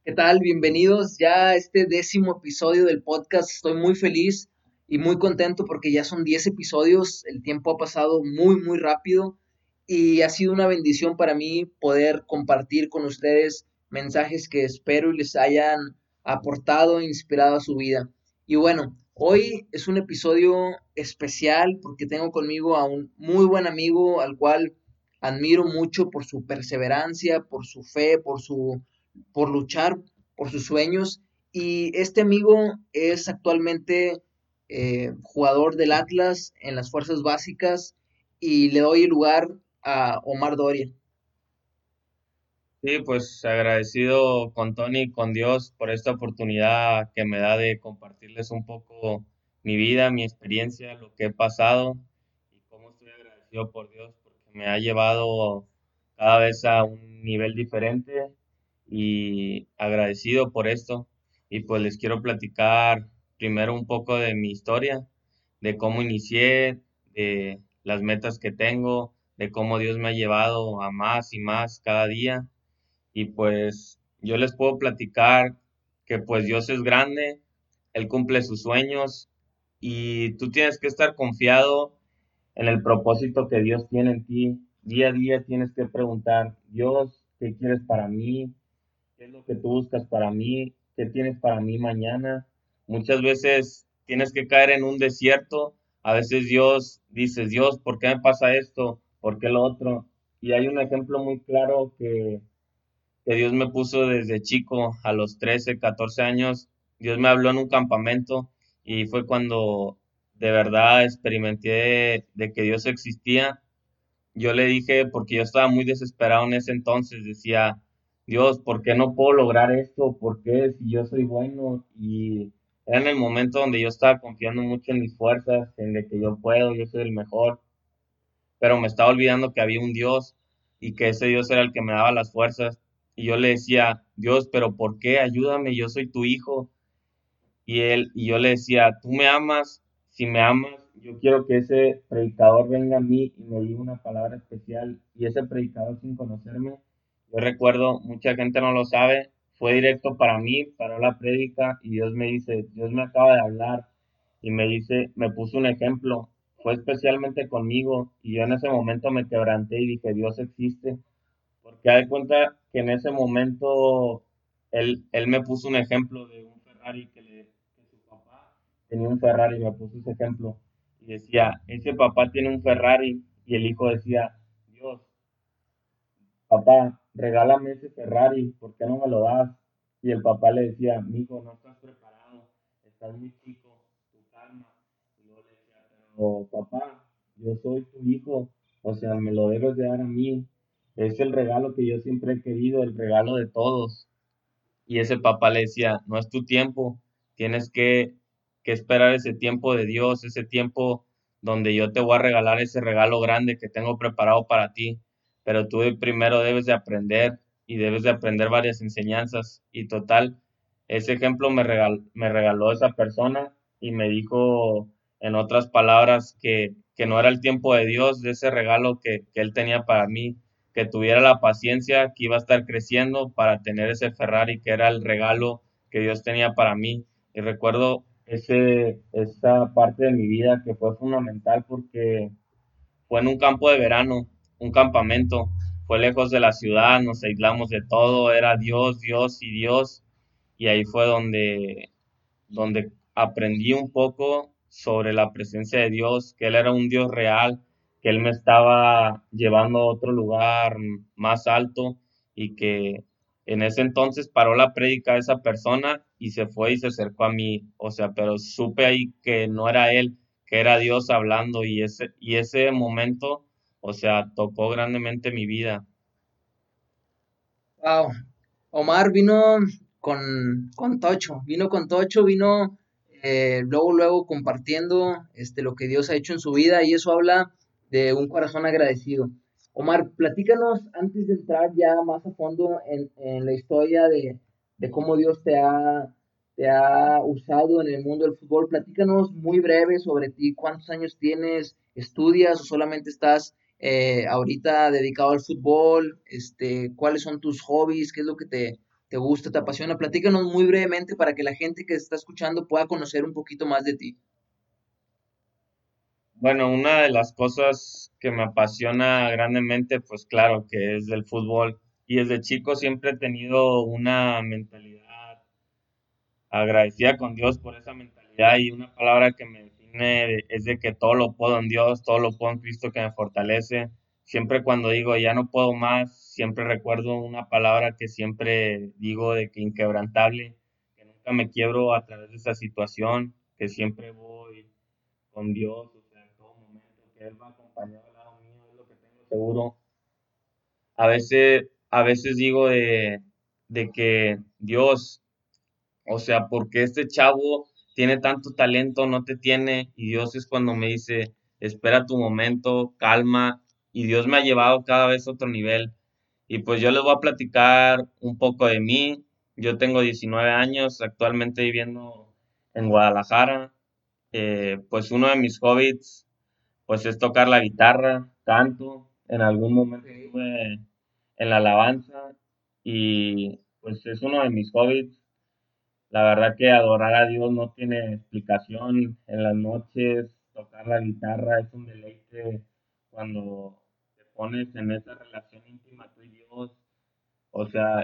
¿Qué tal? Bienvenidos ya a este 10º episodio del podcast. Estoy muy feliz y muy contento porque ya son 10 episodios. El tiempo ha pasado muy rápido y ha sido una bendición para mí poder compartir con ustedes mensajes que espero y les hayan aportado e inspirado a su vida. Y bueno, hoy es un episodio especial porque tengo conmigo a un muy buen amigo al cual admiro mucho por su perseverancia, por su fe, por luchar por sus sueños. Y este amigo es actualmente jugador del Atlas en las fuerzas básicas y le doy el lugar a Omar Doria. Sí, pues agradecido con Tony y con Dios por esta oportunidad que me da de compartirles un poco mi vida, mi experiencia, lo que he pasado y cómo estoy agradecido por Dios porque me ha llevado cada vez a un nivel diferente y agradecido por esto. Y pues les quiero platicar primero un poco de mi historia, de cómo inicié, de las metas que tengo, de cómo Dios me ha llevado a más y más cada día y pues yo les puedo platicar que pues Dios es grande, Él cumple sus sueños y tú tienes que estar confiado en el propósito que Dios tiene en ti. Día a día tienes que preguntar, Dios, ¿qué quieres para mí? ¿Qué es lo que tú buscas para mí? ¿Qué tienes para mí mañana? Muchas veces tienes que caer en un desierto. A veces Dios dices, Dios, ¿por qué me pasa esto? ¿Por qué lo otro? Y hay un ejemplo muy claro que Dios me puso desde chico, a los 13, 14 años. Dios me habló en un campamento y fue cuando de verdad experimenté de que Dios existía. Yo le dije, porque yo estaba muy desesperado en ese entonces, decía, Dios, ¿por qué no puedo lograr esto? ¿Por qué si yo soy bueno? Y era en el momento donde yo estaba confiando mucho en mis fuerzas, en de que yo puedo, yo soy el mejor, pero me estaba olvidando que había un Dios y que ese Dios era el que me daba las fuerzas. Y yo le decía, Dios, pero ¿por qué? Ayúdame, yo soy tu hijo. Y yo le decía, tú me amas, si me amas, yo quiero que ese predicador venga a mí y me diga una palabra especial. Y ese predicador sin conocerme, yo recuerdo, mucha gente no lo sabe, fue directo para mí, paró la prédica y Dios me dice, Dios me acaba de hablar y me dice, me puso un ejemplo, fue especialmente conmigo y yo en ese momento me quebranté y dije, Dios existe, porque hay cuenta que en ese momento él me puso un ejemplo de un Ferrari que su papá tenía un Ferrari, me puso ese ejemplo y decía, ese papá tiene un Ferrari y el hijo decía, Dios, papá, regálame ese Ferrari, ¿por qué no me lo das? Y el papá le decía, mijo, no estás preparado, estás muy chico, tu calma. Y luego le decía, pero papá, yo soy tu hijo, o sea, me lo debes de dar a mí. Es el regalo que yo siempre he querido, el regalo de todos. Y ese papá le decía, no es tu tiempo, tienes que esperar ese tiempo de Dios, ese tiempo donde yo te voy a regalar ese regalo grande que tengo preparado para ti, pero tú primero debes de aprender y debes de aprender varias enseñanzas. Y total, ese ejemplo me regaló esa persona y me dijo, en otras palabras, que no era el tiempo de Dios, de ese regalo que él tenía para mí, que tuviera la paciencia, que iba a estar creciendo para tener ese Ferrari que era el regalo que Dios tenía para mí. Y recuerdo esa parte de mi vida que fue fundamental porque fue en un campo de verano, un campamento, fue lejos de la ciudad, nos aislamos de todo, era Dios, Dios y Dios. Y ahí fue donde aprendí un poco sobre la presencia de Dios, que Él era un Dios real, que Él me estaba llevando a otro lugar más alto y que en ese entonces paró la prédica de esa persona y se fue y se acercó a mí, o sea, pero supe ahí que no era Él, que era Dios hablando y ese momento, o sea, tocó grandemente mi vida. Wow. Omar vino con Tocho, vino luego compartiendo lo que Dios ha hecho en su vida y eso habla de un corazón agradecido. Omar, platícanos antes de entrar ya más a fondo en la historia de cómo Dios te ha usado en el mundo del fútbol. Platícanos muy breve sobre ti, cuántos años tienes, estudias o solamente estás ahorita dedicado al fútbol, cuáles son tus hobbies, qué es lo que te gusta, te apasiona. Platícanos muy brevemente para que la gente que está escuchando pueda conocer un poquito más de ti. Bueno, una de las cosas que me apasiona grandemente, pues claro, que es del fútbol. Y desde chico siempre he tenido una mentalidad agradecida con Dios por esa mentalidad y una palabra que me define es de que todo lo puedo en Dios, todo lo puedo en Cristo que me fortalece. Siempre cuando digo ya no puedo más, siempre recuerdo una palabra que siempre digo de que inquebrantable, que nunca me quiebro a través de esa situación, que siempre voy con Dios, o sea, en todo momento, que Él va acompañado al lado mío, es lo que tengo seguro. A veces digo de que Dios, o sea, porque este chavo tiene tanto talento, no te tiene, y Dios es cuando me dice, espera tu momento, calma, y Dios me ha llevado cada vez a otro nivel. Y pues yo les voy a platicar un poco de mí. Yo tengo 19 años, actualmente viviendo en Guadalajara. Pues uno de mis hobbies, pues es tocar la guitarra, canto. En algún momento Ok. estuve en la alabanza y pues es uno de mis hobbies. La verdad que adorar a Dios no tiene explicación. En las noches tocar la guitarra es un deleite cuando te pones en esa relación íntima tú y Dios. O sea,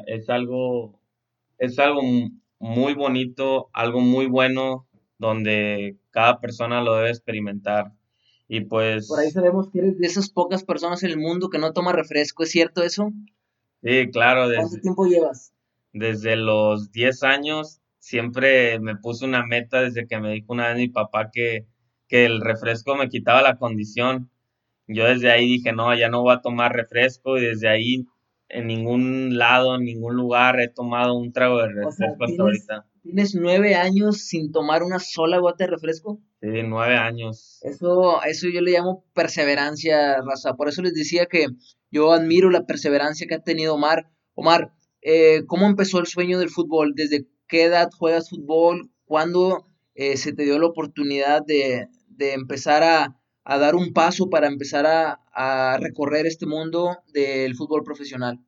es algo muy bonito, algo muy bueno donde cada persona lo debe experimentar. Y Por ahí pues, sabemos que eres de esas pocas personas en el mundo que no toma refresco, ¿es cierto eso? sí, claro, ¿Cuánto desde, tiempo llevas? desde los 10 años siempre me puse una meta desde que me dijo una vez mi papá que el refresco me quitaba la condición. Yo desde ahí dije, no, ya no voy a tomar refresco y desde ahí en ningún lado, en ningún lugar he tomado un trago de O sea, refresco hasta tienes, ahorita. tienes 9 años sin tomar una sola gota de refresco. Sí, 9 años. Eso yo le llamo perseverancia, raza. Por eso les decía que yo admiro la perseverancia que ha tenido Omar. Omar, ¿cómo empezó el sueño del fútbol? ¿Desde qué edad juegas fútbol? ¿Cuándo se te dio la oportunidad de empezar a dar un paso para empezar a recorrer este mundo del fútbol profesional?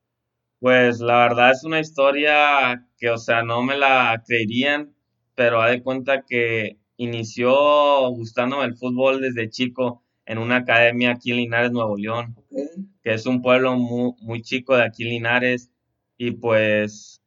Pues la verdad es una historia que, o sea, no me la creerían, pero haz de cuenta que inició gustándome el fútbol desde chico en una academia aquí en Linares, Nuevo León, Ok. que es un pueblo muy, muy chico de aquí en Linares, y pues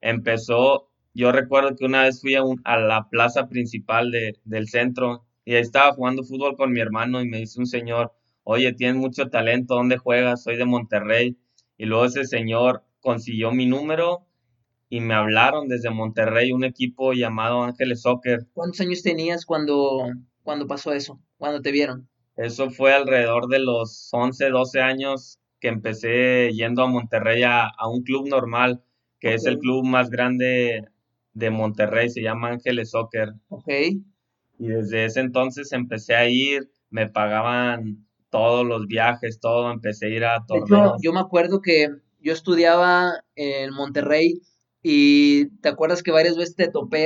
yo recuerdo que una vez fui a la plaza principal del centro y ahí estaba jugando fútbol con mi hermano y me dice un señor, oye, tienes mucho talento, ¿dónde juegas? Soy de Monterrey. Y luego ese señor consiguió mi número y me hablaron desde Monterrey, un equipo llamado Ángeles Soccer. ¿Cuántos años tenías cuando pasó eso? Cuando te vieron. Eso fue alrededor de los 11, 12 años que empecé yendo a Monterrey a un club normal, que Ok, es el club más grande de Monterrey, se llama Ángeles Soccer. ok. Y desde ese entonces empecé a ir, me pagaban todos los viajes, todo, empecé a ir a De hecho, yo torneos. me acuerdo que yo estudiaba en Monterrey y te acuerdas que varias veces te topé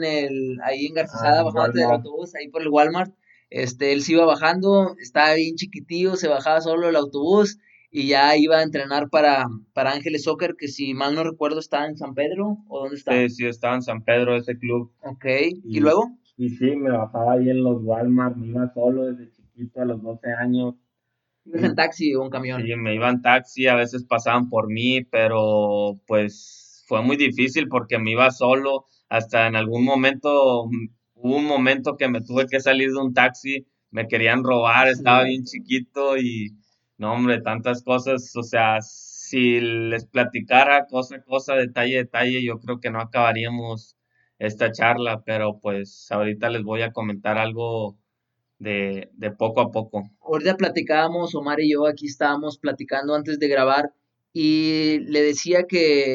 ahí en Ah, Garzazada, bajándote del Walmart. autobús, ahí por el Walmart. Él se iba bajando, estaba bien chiquitillo, se bajaba solo el autobús y ya iba a entrenar para Ángeles Soccer, que si mal no recuerdo está en San Pedro, ¿o dónde está? Sí, sí, estaba en San Pedro ese club. Ok, y Y, luego, y sí, me bajaba ahí en los Walmart, me iba solo desde chiquito a los 12 años. ibas en Y taxi o en camión. sí, me iba en taxi, a veces pasaban por mí, pero pues fue muy difícil porque me iba solo. Hasta en algún momento, hubo un momento que me tuve que salir de un taxi, me querían robar, estaba bien chiquito y no, hombre, tantas cosas. O sea, si les platicara cosa a cosa, detalle a detalle, yo creo que no acabaríamos esta charla, pero pues ahorita les voy a comentar algo de poco a poco. Ahorita platicábamos, Omar y yo aquí estábamos platicando antes de grabar y le decía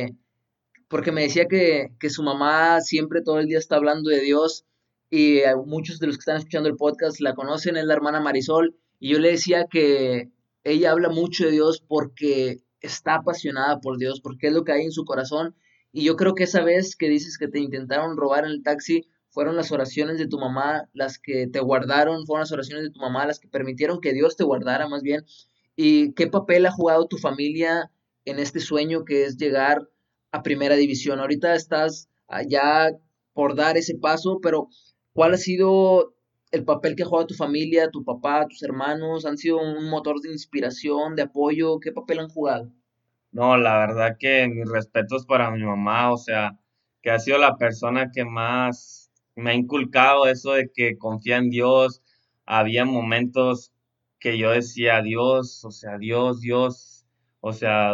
porque me decía que su mamá siempre todo el día está hablando de Dios y muchos de los que están escuchando el podcast la conocen, es la hermana Marisol, y yo le decía que ella habla mucho de Dios porque está apasionada por Dios, porque es lo que hay en su corazón, y yo creo que esa vez que dices que te intentaron robar en el taxi, fueron las oraciones de tu mamá las que te guardaron, fueron las oraciones de tu mamá las que permitieron que Dios te guardara más bien. ¿Y qué papel ha jugado tu familia en este sueño que es llegar a primera división. Ahorita estás ya por dar ese paso, pero ¿cuál ha sido el papel que juega tu familia, tu papá, tus hermanos? ¿Han sido un motor de inspiración, de apoyo? ¿Qué papel han jugado? No, la verdad que mis respetos para mi mamá, o sea, que ha sido la persona que más me ha inculcado eso de que confía en Dios. Había momentos que yo decía, Dios, o sea, Dios, Dios, o sea,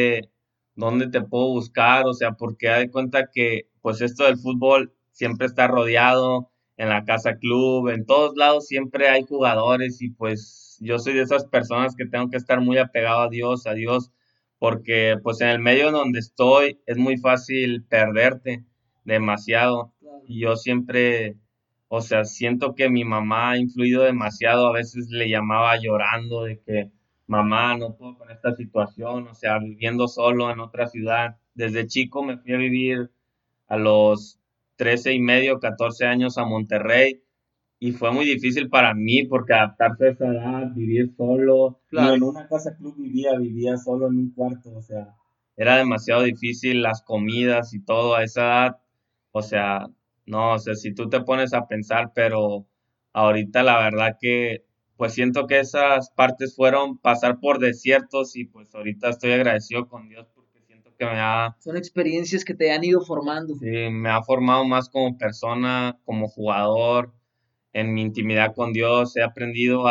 ¿dónde te puedo buscar? O sea, porque da de cuenta que pues esto del fútbol siempre está rodeado en la casa club, en todos lados siempre hay jugadores y pues yo soy de esas personas que tengo que estar muy apegado a Dios porque pues en el medio en donde estoy es muy fácil perderte demasiado Claro. y yo siempre, o sea, siento que mi mamá ha influido demasiado, a veces le llamaba llorando de que mamá, no puedo con esta situación, o sea, viviendo solo en otra ciudad. Desde chico me fui a vivir a los 13 y medio, 14 años a Monterrey y fue muy difícil para mí porque adaptarse a esa edad, vivir solo, ni Claro. en una casa club vivía solo en un cuarto, o sea, era demasiado difícil las comidas y todo a esa edad, o sea, no, o sea, si tú te pones a pensar, pero ahorita la verdad que pues siento que esas partes fueron pasar por desiertos y pues ahorita estoy agradecido con Dios porque siento que Son experiencias que te han ido formando. sí, me ha formado más como persona, como jugador en mi intimidad con Dios, he aprendido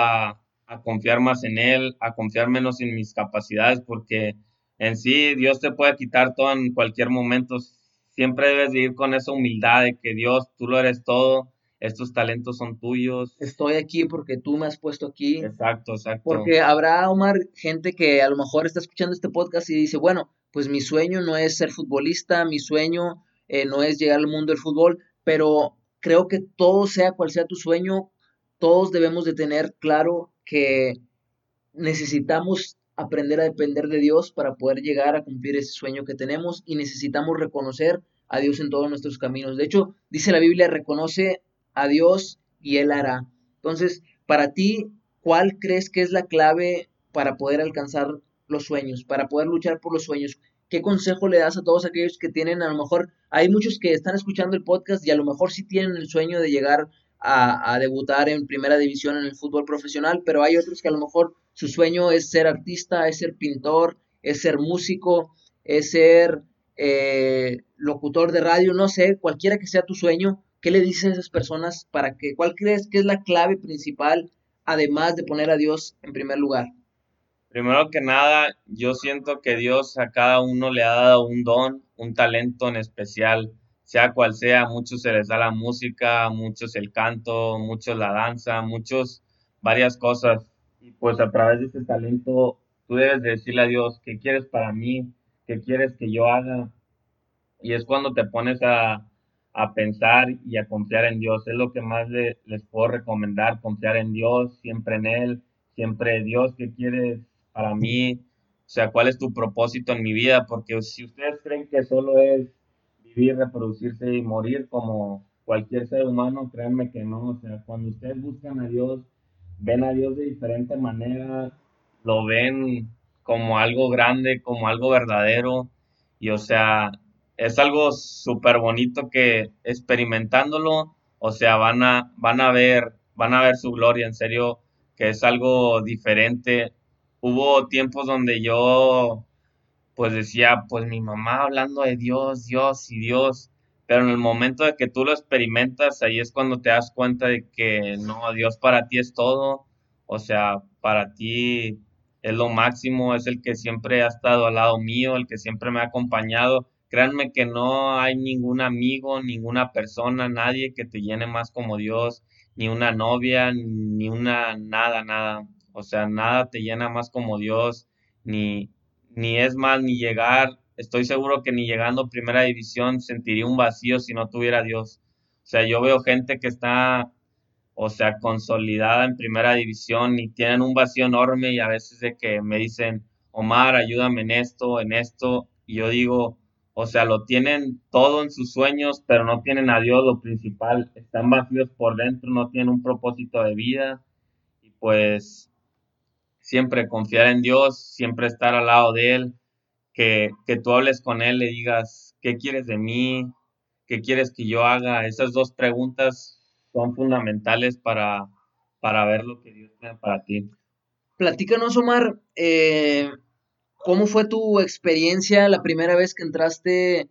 a confiar más en Él, a confiar menos en mis capacidades, porque en sí Dios te puede quitar todo en cualquier momento. Siempre debes de ir con esa humildad de que Dios, tú lo eres todo, estos talentos son tuyos. Estoy aquí porque tú me has puesto aquí. Exacto, exacto. Porque habrá, Omar, gente que a lo mejor está escuchando este podcast y dice, bueno, pues mi sueño no es ser futbolista, mi sueño no es llegar al mundo del fútbol, pero creo que todo sea cual sea tu sueño, todos debemos de tener claro que necesitamos aprender a depender de Dios para poder llegar a cumplir ese sueño que tenemos y necesitamos reconocer a Dios en todos nuestros caminos. De hecho, dice la Biblia, reconoce a Dios y Él hará. Entonces, para ti, ¿cuál crees que es la clave para poder alcanzar los sueños, para poder luchar por los sueños? ¿Qué consejo le das a todos aquellos que tienen, a lo mejor, hay muchos que están escuchando el podcast y a lo mejor sí tienen el sueño de llegar a debutar en primera división en el fútbol profesional, pero hay otros que a lo mejor su sueño es ser artista, es ser pintor, es ser músico, es ser locutor de radio, no sé, cualquiera que sea tu sueño, ¿qué le dices a esas personas para que, cuál crees que es la clave principal, además de poner a Dios en primer lugar? Primero que nada, yo siento que Dios a cada uno le ha dado un don, un talento en especial, sea cual sea, a muchos se les da la música, a muchos el canto, muchos la danza, muchos varias cosas. Y pues a través de ese talento tú debes de decirle a Dios, ¿qué quieres para mí? ¿Qué quieres que yo haga? Y es cuando te pones a pensar y a confiar en Dios. Es lo que más les puedo recomendar, confiar en Dios, siempre en Él, siempre Dios, ¿qué quieres para mí? O sea, ¿cuál es tu propósito en mi vida? Porque si ustedes creen que solo es vivir, reproducirse y morir como cualquier ser humano, créanme que no. O sea, cuando ustedes buscan a Dios, ven a Dios de diferente manera, lo ven como algo grande, como algo verdadero. Y o sea, es algo súper bonito que experimentándolo, o sea, van a ver su gloria, en serio, que es algo diferente. Hubo tiempos donde yo pues decía, pues mi mamá hablando de Dios, Dios y Dios, pero en el momento de que tú lo experimentas, ahí es cuando te das cuenta de que no, Dios para ti es todo, o sea, para ti es lo máximo, es el que siempre ha estado al lado mío, el que siempre me ha acompañado. Créanme que no hay ningún amigo, ninguna persona, nadie que te llene más como Dios, ni una novia, ni una nada, nada. O sea, nada te llena más como Dios, ni, ni es más, ni llegar, estoy seguro que ni llegando a primera división sentiría un vacío si no tuviera a Dios. O sea, yo veo gente que está, o sea, consolidada en primera división y tienen un vacío enorme y a veces de que me dicen, Omar, ayúdame en esto, y yo digo, o sea, lo tienen todo en sus sueños, pero no tienen a Dios lo principal, están vacíos por dentro, no tienen un propósito de vida y pues siempre confiar en Dios, siempre estar al lado de Él que tú hables con Él, le digas, ¿qué quieres de mí? ¿Qué quieres que yo haga? Esas dos preguntas son fundamentales para ver lo que Dios tiene para ti. Platícanos, Omar, ¿cómo fue tu experiencia la primera vez que entraste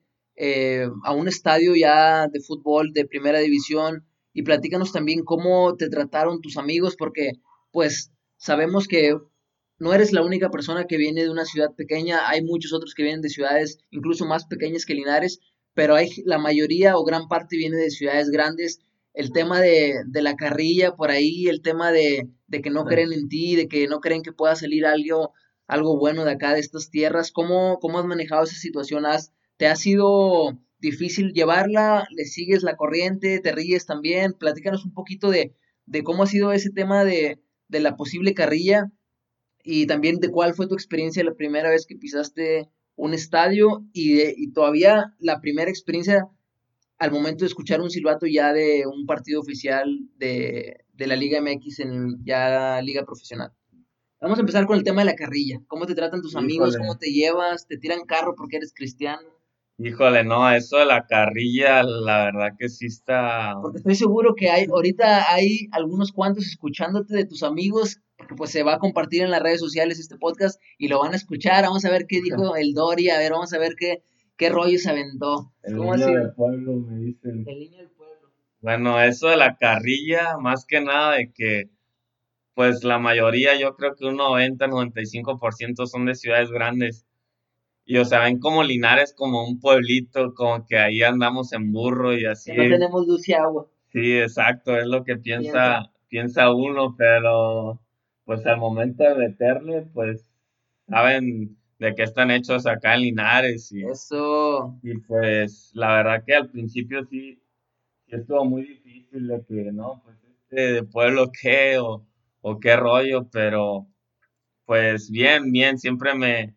a un estadio ya de fútbol de primera división? Y platícanos también cómo te trataron tus amigos, porque pues sabemos que no eres la única persona que viene de una ciudad pequeña, hay muchos otros que vienen de ciudades incluso más pequeñas que Linares, pero hay la mayoría o gran parte viene de ciudades grandes. El tema de la carrilla por ahí, el tema de que no creen en ti, de que no creen que pueda salir algo bueno de acá, de estas tierras. ¿Cómo has manejado esa situación? ¿Te ha sido difícil llevarla? ¿Le sigues la corriente? ¿Te ríes también? Platícanos un poquito de cómo ha sido ese tema de la posible carrilla y también de cuál fue tu experiencia la primera vez que pisaste un estadio y todavía la primera experiencia al momento de escuchar un silbato ya de un partido oficial de la Liga MX en ya Liga Profesional. Vamos a empezar con el tema de la carrilla. ¿Cómo te tratan tus amigos? ¿Cómo Híjole, te llevas? ¿Te tiran carro porque eres cristiano? híjole, no, eso de la carrilla, la verdad que sí está. Porque estoy seguro que ahorita hay algunos cuantos escuchándote de tus amigos, porque pues se va a compartir en las redes sociales este podcast y lo van a escuchar. Vamos a ver qué dijo el Dori, a ver, vamos a ver qué rollo se aventó. El ¿Cómo ha niño del sido? pueblo, me dicen. El niño del pueblo. Bueno, eso de la carrilla, más que nada de que, pues la mayoría, yo creo que un 90-95% son de ciudades grandes. Y o sea, ven como Linares como un pueblito, como que ahí andamos en burro y Que no así. tenemos luz y agua. Sí, exacto, es lo que Piensan. piensa uno, pero pues al momento de meterle, pues saben de qué están hechos acá en Linares Eso. y pues la verdad que al principio sí estuvo muy difícil de que no, pues de pueblo qué o qué rollo, pero pues bien, bien, siempre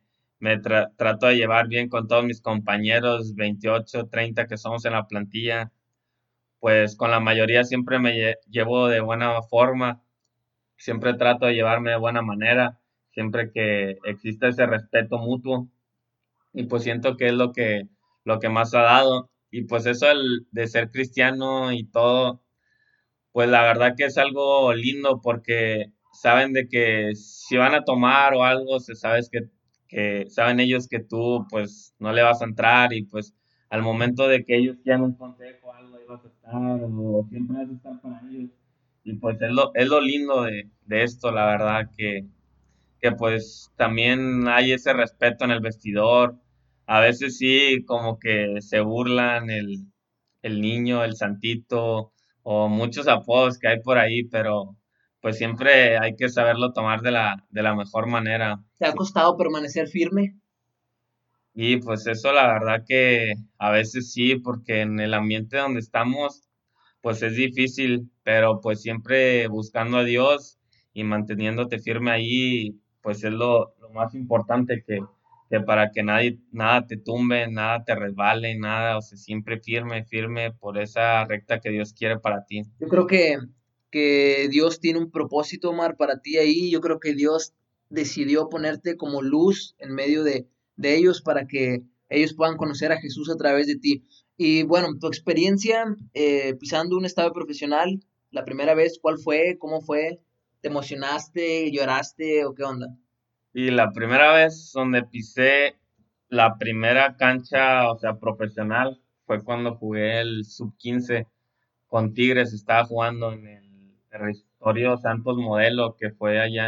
trato de llevar bien con todos mis compañeros, 28 30 que somos en la plantilla, pues con la mayoría siempre llevo de buena forma, siempre trato de llevarme de buena manera, siempre que exista ese respeto mutuo y pues siento que es lo que más ha dado y pues eso de ser cristiano y todo, pues la verdad que es algo lindo porque saben de que si van a tomar o algo, se sabes que saben ellos que tú pues no le vas a entrar y pues al momento de que ellos quieran un consejo o algo, ahí vas a estar o siempre vas a estar para ellos. Y pues es lo lindo de esto, la verdad, que pues también hay ese respeto en el vestidor. A veces sí, como que se burlan el niño, el santito, o muchos apodos que hay por ahí, pero pues siempre hay que saberlo tomar de la mejor manera. ¿Te ha costado permanecer firme? Y pues eso la verdad que a veces sí, porque en el ambiente donde estamos, pues es difícil, pero pues siempre buscando a Dios y manteniéndote firme ahí, pues es lo más importante que para que nada te tumbe, nada te resbale, nada, o sea, siempre firme, firme por esa recta que Dios quiere para ti. Yo creo que Dios tiene un propósito, Omar, para ti ahí. Yo creo que Dios decidió ponerte como luz en medio de ellos para que ellos puedan conocer a Jesús a través de ti. Y bueno, tu experiencia pisando un estadio profesional, la primera vez, ¿cuál fue? ¿Cómo fue? ¿Te emocionaste? ¿Lloraste? ¿O qué onda? Y la primera vez donde pisé la primera cancha, o sea, profesional, fue cuando jugué el sub 15 con Tigres, estaba jugando en el territorio Santos Modelo, que fue allá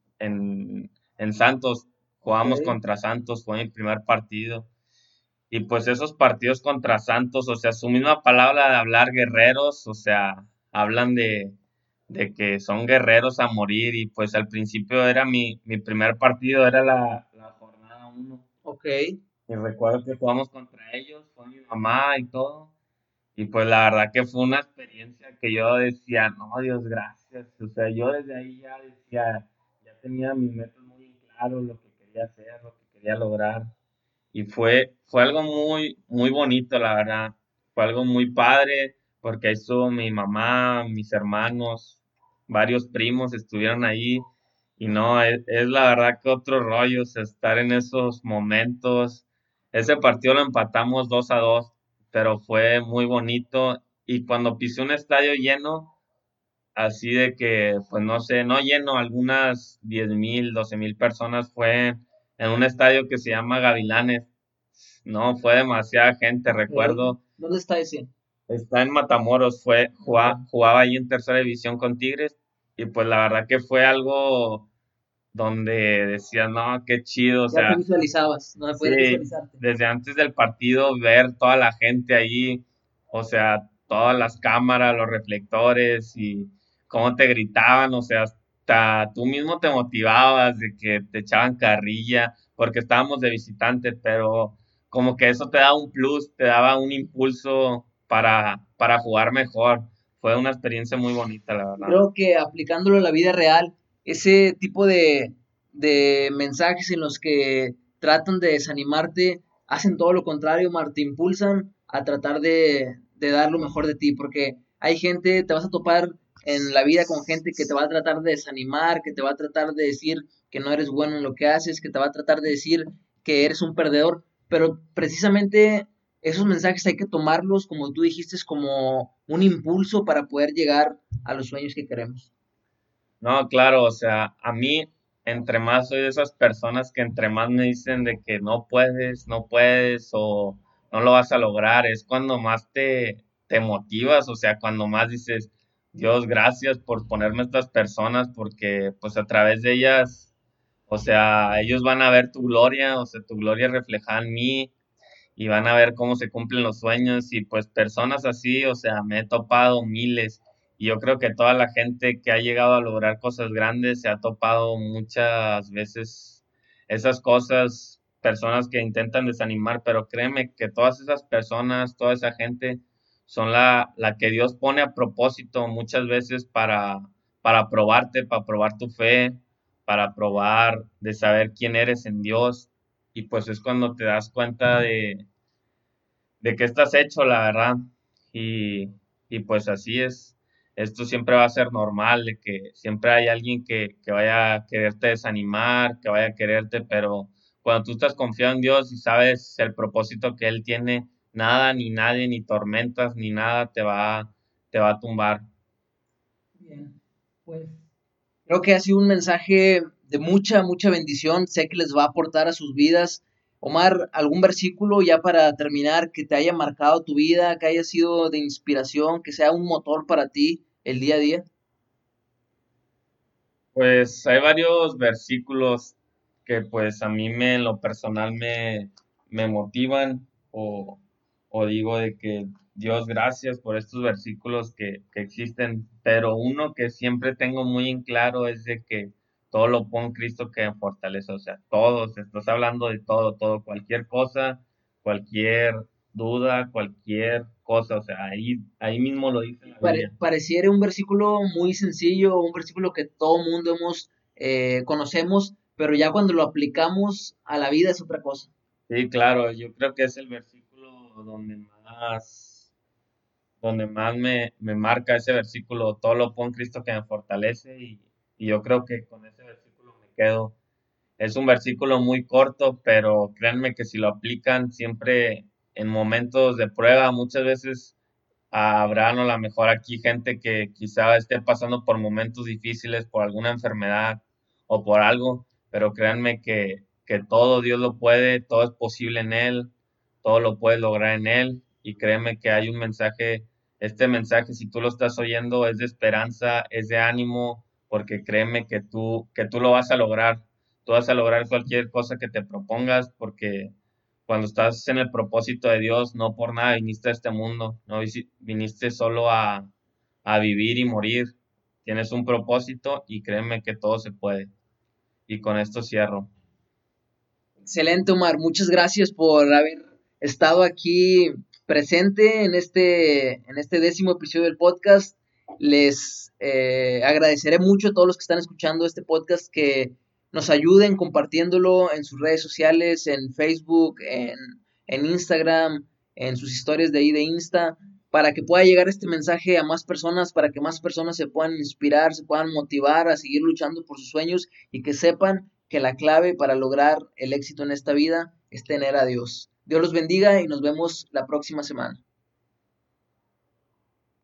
en Santos. Ok. Jugamos contra Santos, fue mi primer partido. Y pues esos partidos contra Santos, o sea, su misma palabra de hablar guerreros, o sea, hablan de que son guerreros a morir. Y pues al principio era mi primer partido, era la jornada 1. Ok. Y recuerdo que jugamos contra ellos, con mi mamá y todo. Y pues la verdad que fue una experiencia que yo decía, no, Dios, gracias. O sea, yo desde ahí ya decía, ya tenía mis metas muy en claro, lo que quería hacer, lo que quería lograr. Y fue algo muy bonito, la verdad. Fue algo muy padre, porque ahí estuvo mi mamá, mis hermanos, varios primos estuvieron ahí. Y no, es la verdad que otro rollo, o sea, estar en esos momentos. Ese partido lo empatamos 2-2, pero fue muy bonito. Y cuando pisé un estadio lleno, así de que, pues no sé, no lleno, algunas 10,000, 12,000 personas, fue en un estadio que se llama Gavilanes. No, fue demasiada gente, Ok. recuerdo. ¿Dónde está ese? Está en Matamoros, Ok. jugaba ahí en tercera división con Tigres. Y pues la verdad que fue algo donde decías, no, qué chido, o Ya te sea, visualizabas, no puedes sí, visualizarte. desde antes del partido ver toda la gente ahí, o sea, todas las cámaras, los reflectores y cómo te gritaban, o sea, hasta tú mismo te motivabas de que te echaban carrilla porque estábamos de visitante, pero como que eso te daba un plus, te daba un impulso para jugar mejor. Fue una experiencia muy bonita, la verdad. Creo que aplicándolo a la vida real, ese tipo de mensajes en los que tratan de desanimarte, hacen todo lo contrario, Mar, te impulsan a tratar de dar lo mejor de ti, porque hay gente, te vas a topar en la vida con gente que te va a tratar de desanimar, que te va a tratar de decir que no eres bueno en lo que haces, que te va a tratar de decir que eres un perdedor, pero precisamente esos mensajes hay que tomarlos, como tú dijiste, como un impulso para poder llegar a los sueños que queremos. No, claro, o sea, a mí, entre más soy de esas personas que entre más me dicen de que no puedes, no puedes o no lo vas a lograr, es cuando más te motivas, o sea, cuando más dices, Dios, gracias por ponerme estas personas, porque pues a través de ellas, o sea, ellos van a ver tu gloria, o sea, tu gloria reflejada en mí, y van a ver cómo se cumplen los sueños y pues personas así, o sea, me he topado miles y yo creo que toda la gente que ha llegado a lograr cosas grandes se ha topado muchas veces esas cosas, personas que intentan desanimar, pero créeme que todas esas personas, toda esa gente son la que Dios pone a propósito muchas veces para probarte, para probar tu fe, para probar de saber quién eres en Dios y pues es cuando te das cuenta de qué estás hecho, la verdad. Y, y pues así es. Esto siempre va a ser normal, de que siempre hay alguien que vaya a quererte desanimar, que vaya a quererte, pero cuando tú estás confiado en Dios y sabes el propósito que Él tiene, nada, ni nadie, ni tormentas, ni nada te va a tumbar. Bien, pues creo que ha sido un mensaje de mucha, mucha bendición. Sé que les va a aportar a sus vidas. Omar, ¿algún versículo ya para terminar que te haya marcado tu vida, que haya sido de inspiración, que sea un motor para ti el día a día? Pues hay varios versículos que pues a mí en lo personal me motivan o digo de que Dios gracias por estos versículos que existen, pero uno que siempre tengo muy en claro es de que todo lo pongo en Cristo que me fortalece, o sea, todo, se estás hablando de todo, todo, cualquier cosa, cualquier duda, cualquier cosa, o sea, ahí mismo lo dice la Biblia. Pareciera un versículo muy sencillo, un versículo que todo mundo conocemos, pero ya cuando lo aplicamos a la vida es otra cosa. Sí, claro, yo creo que es el versículo donde más me marca ese versículo, todo lo pongo en Cristo que me fortalece y yo creo que con ese versículo me quedo. Es un versículo muy corto, pero créanme que si lo aplican siempre en momentos de prueba, muchas veces habrá a lo mejor aquí gente que quizá esté pasando por momentos difíciles, por alguna enfermedad o por algo, pero créanme que todo Dios lo puede, todo es posible en Él, todo lo puedes lograr en Él y créeme que hay un mensaje, este mensaje si tú lo estás oyendo es de esperanza, es de ánimo, porque créeme que tú lo vas a lograr, tú vas a lograr cualquier cosa que te propongas porque cuando estás en el propósito de Dios, no por nada viniste a este mundo, no viniste solo a vivir y morir. Tienes un propósito y créeme que todo se puede. Y con esto cierro. Excelente, Omar. Muchas gracias por haber estado aquí presente en este décimo episodio del podcast. Les agradeceré mucho a todos los que están escuchando este podcast que nos ayuden compartiéndolo en sus redes sociales, en Facebook, en Instagram, en sus historias de ahí de Insta, para que pueda llegar este mensaje a más personas, para que más personas se puedan inspirar, se puedan motivar a seguir luchando por sus sueños y que sepan que la clave para lograr el éxito en esta vida es tener a Dios. Dios los bendiga y nos vemos la próxima semana.